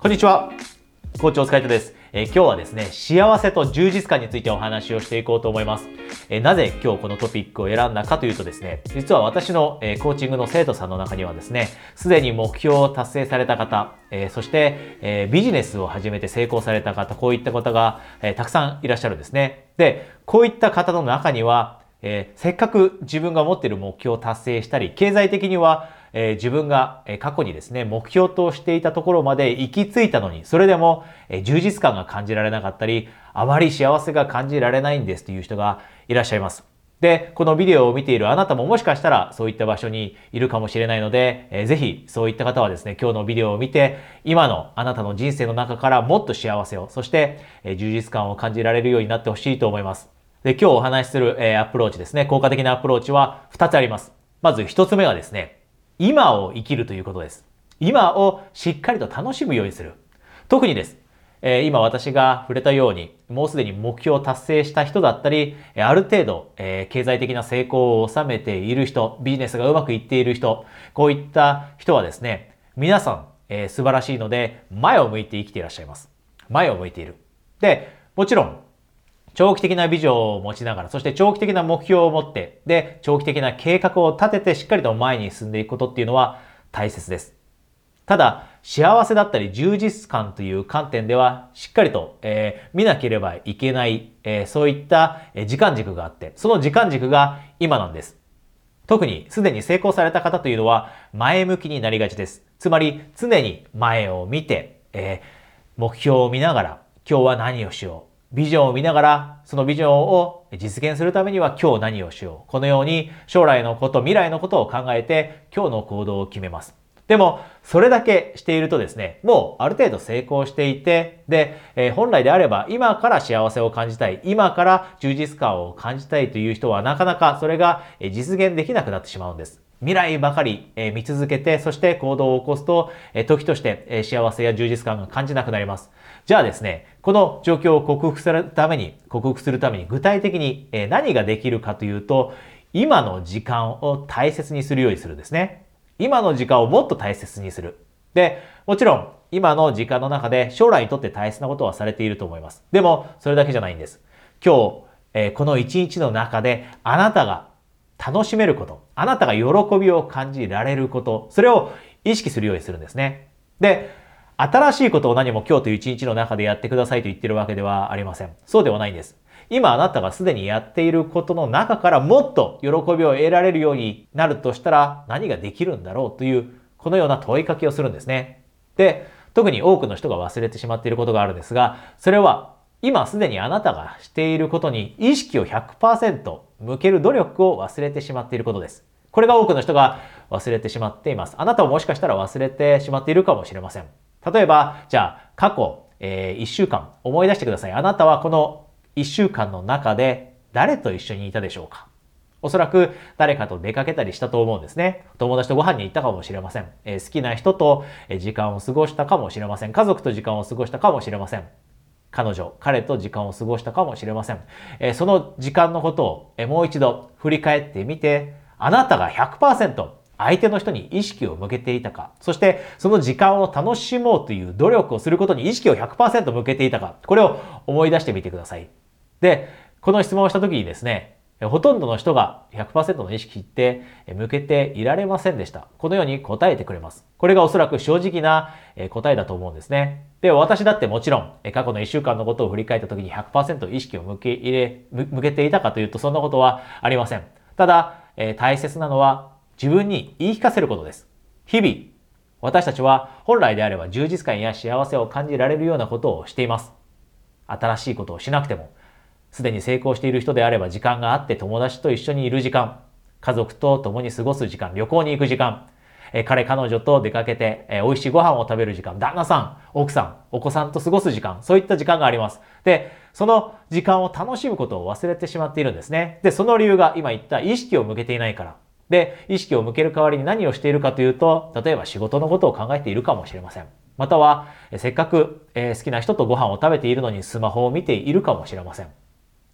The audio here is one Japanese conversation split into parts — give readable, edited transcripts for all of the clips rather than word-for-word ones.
こんにちは。コーチお疲れ様です。今日はですね、幸せと充実感についてお話をしていこうと思います。なぜ今日このトピックを選んだかというとですね、実は私のコーチングの生徒さんの中にはですね、すでに目標を達成された方、そしてビジネスを始めて成功された方、こういった方がたくさんいらっしゃるんですね。で、こういった方の中には、せっかく自分が持っている目標を達成したり、経済的には自分が過去にですね、目標としていたところまで行き着いたのに、それでも充実感が感じられなかったり、あまり幸せが感じられないんですという人がいらっしゃいます。で、このビデオを見ているあなたももしかしたらそういった場所にいるかもしれないので、ぜひそういった方はですね、今日のビデオを見て、今のあなたの人生の中からもっと幸せを、そして充実感を感じられるようになってほしいと思います。で、今日お話しするアプローチですね、効果的なアプローチは2つあります。まず1つ目はですね、今を生きるということです。今をしっかりと楽しむようにする。特にです。今私が触れたように、もうすでに目標を達成した人だったり、ある程度、経済的な成功を収めている人、ビジネスがうまくいっている人、こういった人はですね、皆さん、素晴らしいので、前を向いて生きていらっしゃいます。前を向いている。で、もちろん、長期的なビジョンを持ちながら、そして長期的な目標を持って、で、長期的な計画を立ててしっかりと前に進んでいくことっていうのは大切です。ただ、幸せだったり充実感という観点では、しっかりと、見なければいけない、そういった時間軸があって、その時間軸が今なんです。特にすでに成功された方というのは前向きになりがちです。つまり常に前を見て、目標を見ながら今日は何をしよう。ビジョンを見ながら、そのビジョンを実現するためには今日何をしよう。このように将来のこと、未来のことを考えて今日の行動を決めます。でも、それだけしているとですね、もうある程度成功していて、で、本来であれば今から幸せを感じたい、今から充実感を感じたいという人はなかなかそれが実現できなくなってしまうんです。未来ばかり見続けて、そして行動を起こすと、時として幸せや充実感が感じなくなります。じゃあですね、この状況を克服するために具体的に何ができるかというと、今の時間を大切にするようにするんですね。今の時間をもっと大切にする。で、もちろん今の時間の中で将来にとって大切なことはされていると思います。でも、それだけじゃないんです。今日、この一日の中であなたが楽しめること、あなたが喜びを感じられること、それを意識するようにするんですね。で、新しいことを何も今日という一日の中でやってくださいと言ってるわけではありません。そうではないんです。今あなたがすでにやっていることの中からもっと喜びを得られるようになるとしたら何ができるんだろうというこのような問いかけをするんですね。で、特に多くの人が忘れてしまっていることがあるんですが、それは今すでにあなたがしていることに意識を 100% 向ける努力を忘れてしまっていることです。これが多くの人が忘れてしまっています。あなたももしかしたら忘れてしまっているかもしれません。例えば、じゃあ過去、1週間思い出してください。あなたはこの1週間の中で誰と一緒にいたでしょうか？おそらく誰かと出かけたりしたと思うんですね。友達とご飯に行ったかもしれません。好きな人と時間を過ごしたかもしれません。家族と時間を過ごしたかもしれません。彼と時間を過ごしたかもしれません。その時間のことをもう一度振り返ってみて、あなたが 100% 相手の人に意識を向けていたか、そしてその時間を楽しもうという努力をすることに意識を 100% 向けていたか、これを思い出してみてください。で、この質問をした時にですね、ほとんどの人が 100% の意識って向けていられませんでした。このように答えてくれます。これがおそらく正直な答えだと思うんですね。で、私だってもちろん過去の1週間のことを振り返った時に 100% 意識を向けていたかというとそんなことはありません。ただ、大切なのは自分に言い聞かせることです。日々、私たちは本来であれば充実感や幸せを感じられるようなことをしています。新しいことをしなくても、すでに成功している人であれば時間があって友達と一緒にいる時間、家族と共に過ごす時間、旅行に行く時間、彼女と出かけて美味しいご飯を食べる時間、旦那さん、奥さん、お子さんと過ごす時間、そういった時間があります。で、その時間を楽しむことを忘れてしまっているんですね。で、その理由が今言った意識を向けていないから。で、意識を向ける代わりに何をしているかというと、例えば仕事のことを考えているかもしれません。または、せっかく好きな人とご飯を食べているのにスマホを見ているかもしれません。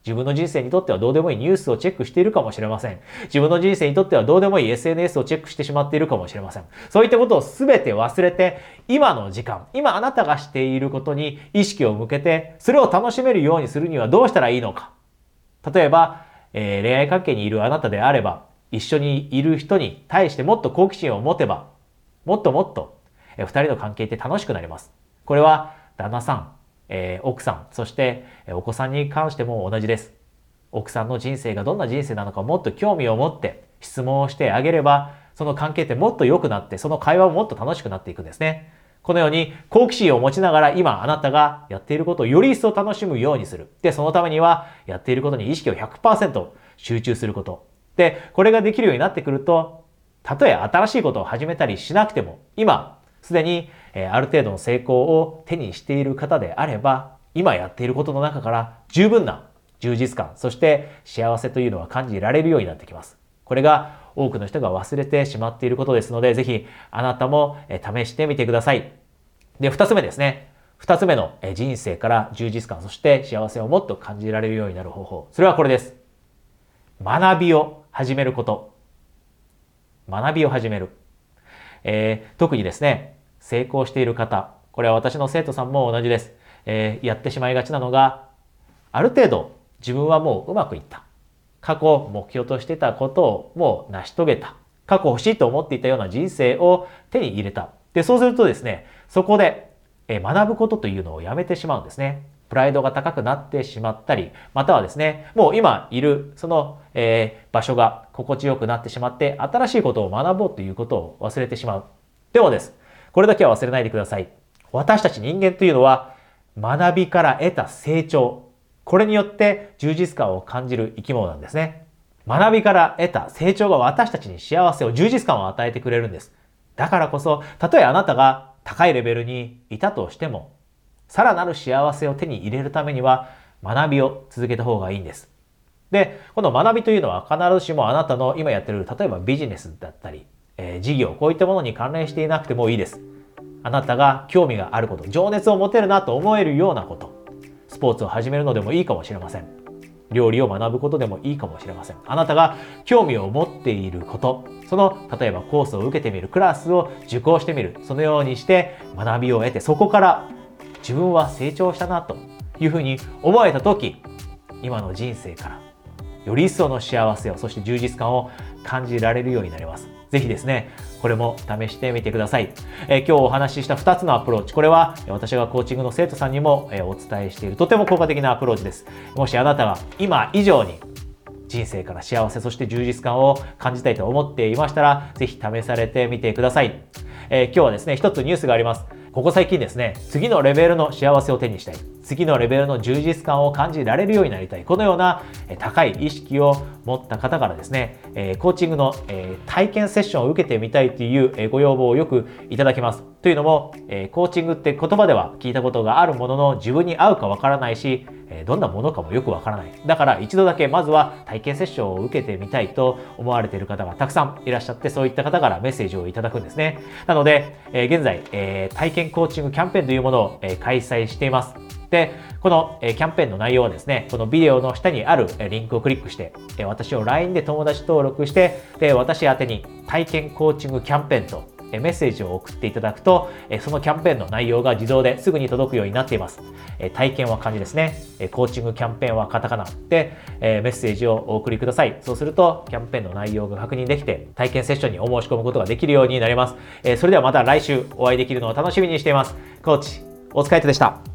自分の人生にとってはどうでもいいニュースをチェックしているかもしれません。自分の人生にとってはどうでもいい SNS をチェックしてしまっているかもしれません。そういったことを全て忘れて、今の時間、今あなたがしていることに意識を向けて、それを楽しめるようにするにはどうしたらいいのか。例えば、恋愛関係にいるあなたであれば、一緒にいる人に対してもっと好奇心を持てば、もっともっと、二人の関係って楽しくなります。これは旦那さん、奥さん、そしてお子さんに関しても同じです。奥さんの人生がどんな人生なのかもっと興味を持って質問をしてあげれば、その関係ってもっと良くなって、その会話ももっと楽しくなっていくんですね。このように好奇心を持ちながら今あなたがやっていることをより一層楽しむようにする。で、そのためにはやっていることに意識を 100% 集中すること。で、これができるようになってくると、たとえ新しいことを始めたりしなくても、今すでにある程度の成功を手にしている方であれば、今やっていることの中から十分な充実感、そして幸せというのは感じられるようになってきます。これが多くの人が忘れてしまっていることですので、ぜひあなたも試してみてください。で、二つ目ですね。二つ目の人生から充実感、そして幸せをもっと感じられるようになる方法。それはこれです。学びを始めること。学びを始める。特にですね、成功している方、これは私の生徒さんも同じです。やってしまいがちなのが、ある程度自分はもううまくいった。過去目標としていたことをもう成し遂げた。過去欲しいと思っていたような人生を手に入れた。で、そうするとですね、そこで学ぶことというのをやめてしまうんですね。プライドが高くなってしまったり、またはですね、もう今いるその、場所が心地よくなってしまって、新しいことを学ぼうということを忘れてしまう。でもです。これだけは忘れないでください。私たち人間というのは、学びから得た成長。これによって充実感を感じる生き物なんですね。学びから得た成長が私たちに幸せを、充実感を与えてくれるんです。だからこそ、たとえあなたが高いレベルにいたとしても、さらなる幸せを手に入れるためには学びを続けた方がいいんです。で、この学びというのは必ずしもあなたの今やっている、例えばビジネスだったり、事業、こういったものに関連していなくてもいいです。あなたが興味があること、情熱を持てるなと思えるようなこと、スポーツを始めるのでもいいかもしれません。料理を学ぶことでもいいかもしれません。あなたが興味を持っていること、その例えばコースを受けてみる、クラスを受講してみる、そのようにして学びを得て、そこから自分は成長したなというふうに思えたとき、今の人生からより一層の幸せを、そして充実感を感じられるようになります。ぜひですね、これも試してみてください。今日お話しした2つのアプローチ、これは私がコーチングの生徒さんにもお伝えしているとても効果的なアプローチです。もしあなたが今以上に人生から幸せ、そして充実感を感じたいと思っていましたら、ぜひ試されてみてください。今日はですね、一つニュースがあります。ここ最近ですね、次のレベルの幸せを手にしたい。次のレベルの充実感を感じられるようになりたい。このような高い意識を持った方からですね、コーチングの体験セッションを受けてみたいというご要望をよくいただきます。というのも、コーチングって言葉では聞いたことがあるものの、自分に合うかわからないし、どんなものかもよくわからない。だから一度だけまずは体験セッションを受けてみたいと思われている方がたくさんいらっしゃって、そういった方からメッセージをいただくんですね。なので、現在、体験コーチングキャンペーンというものを開催しています。で、このキャンペーンの内容はですね、このビデオの下にあるリンクをクリックして、私を LINE で友達登録して、で、私宛てに体験コーチングキャンペーンとメッセージを送っていただくと、そのキャンペーンの内容が自動ですぐに届くようになっています。体験は漢字ですね。コーチングキャンペーンはカタカナで、メッセージをお送りください。そうすると、キャンペーンの内容が確認できて、体験セッションにお申し込むことができるようになります。それではまた来週お会いできるのを楽しみにしています。コーチ、大塚愛人でした。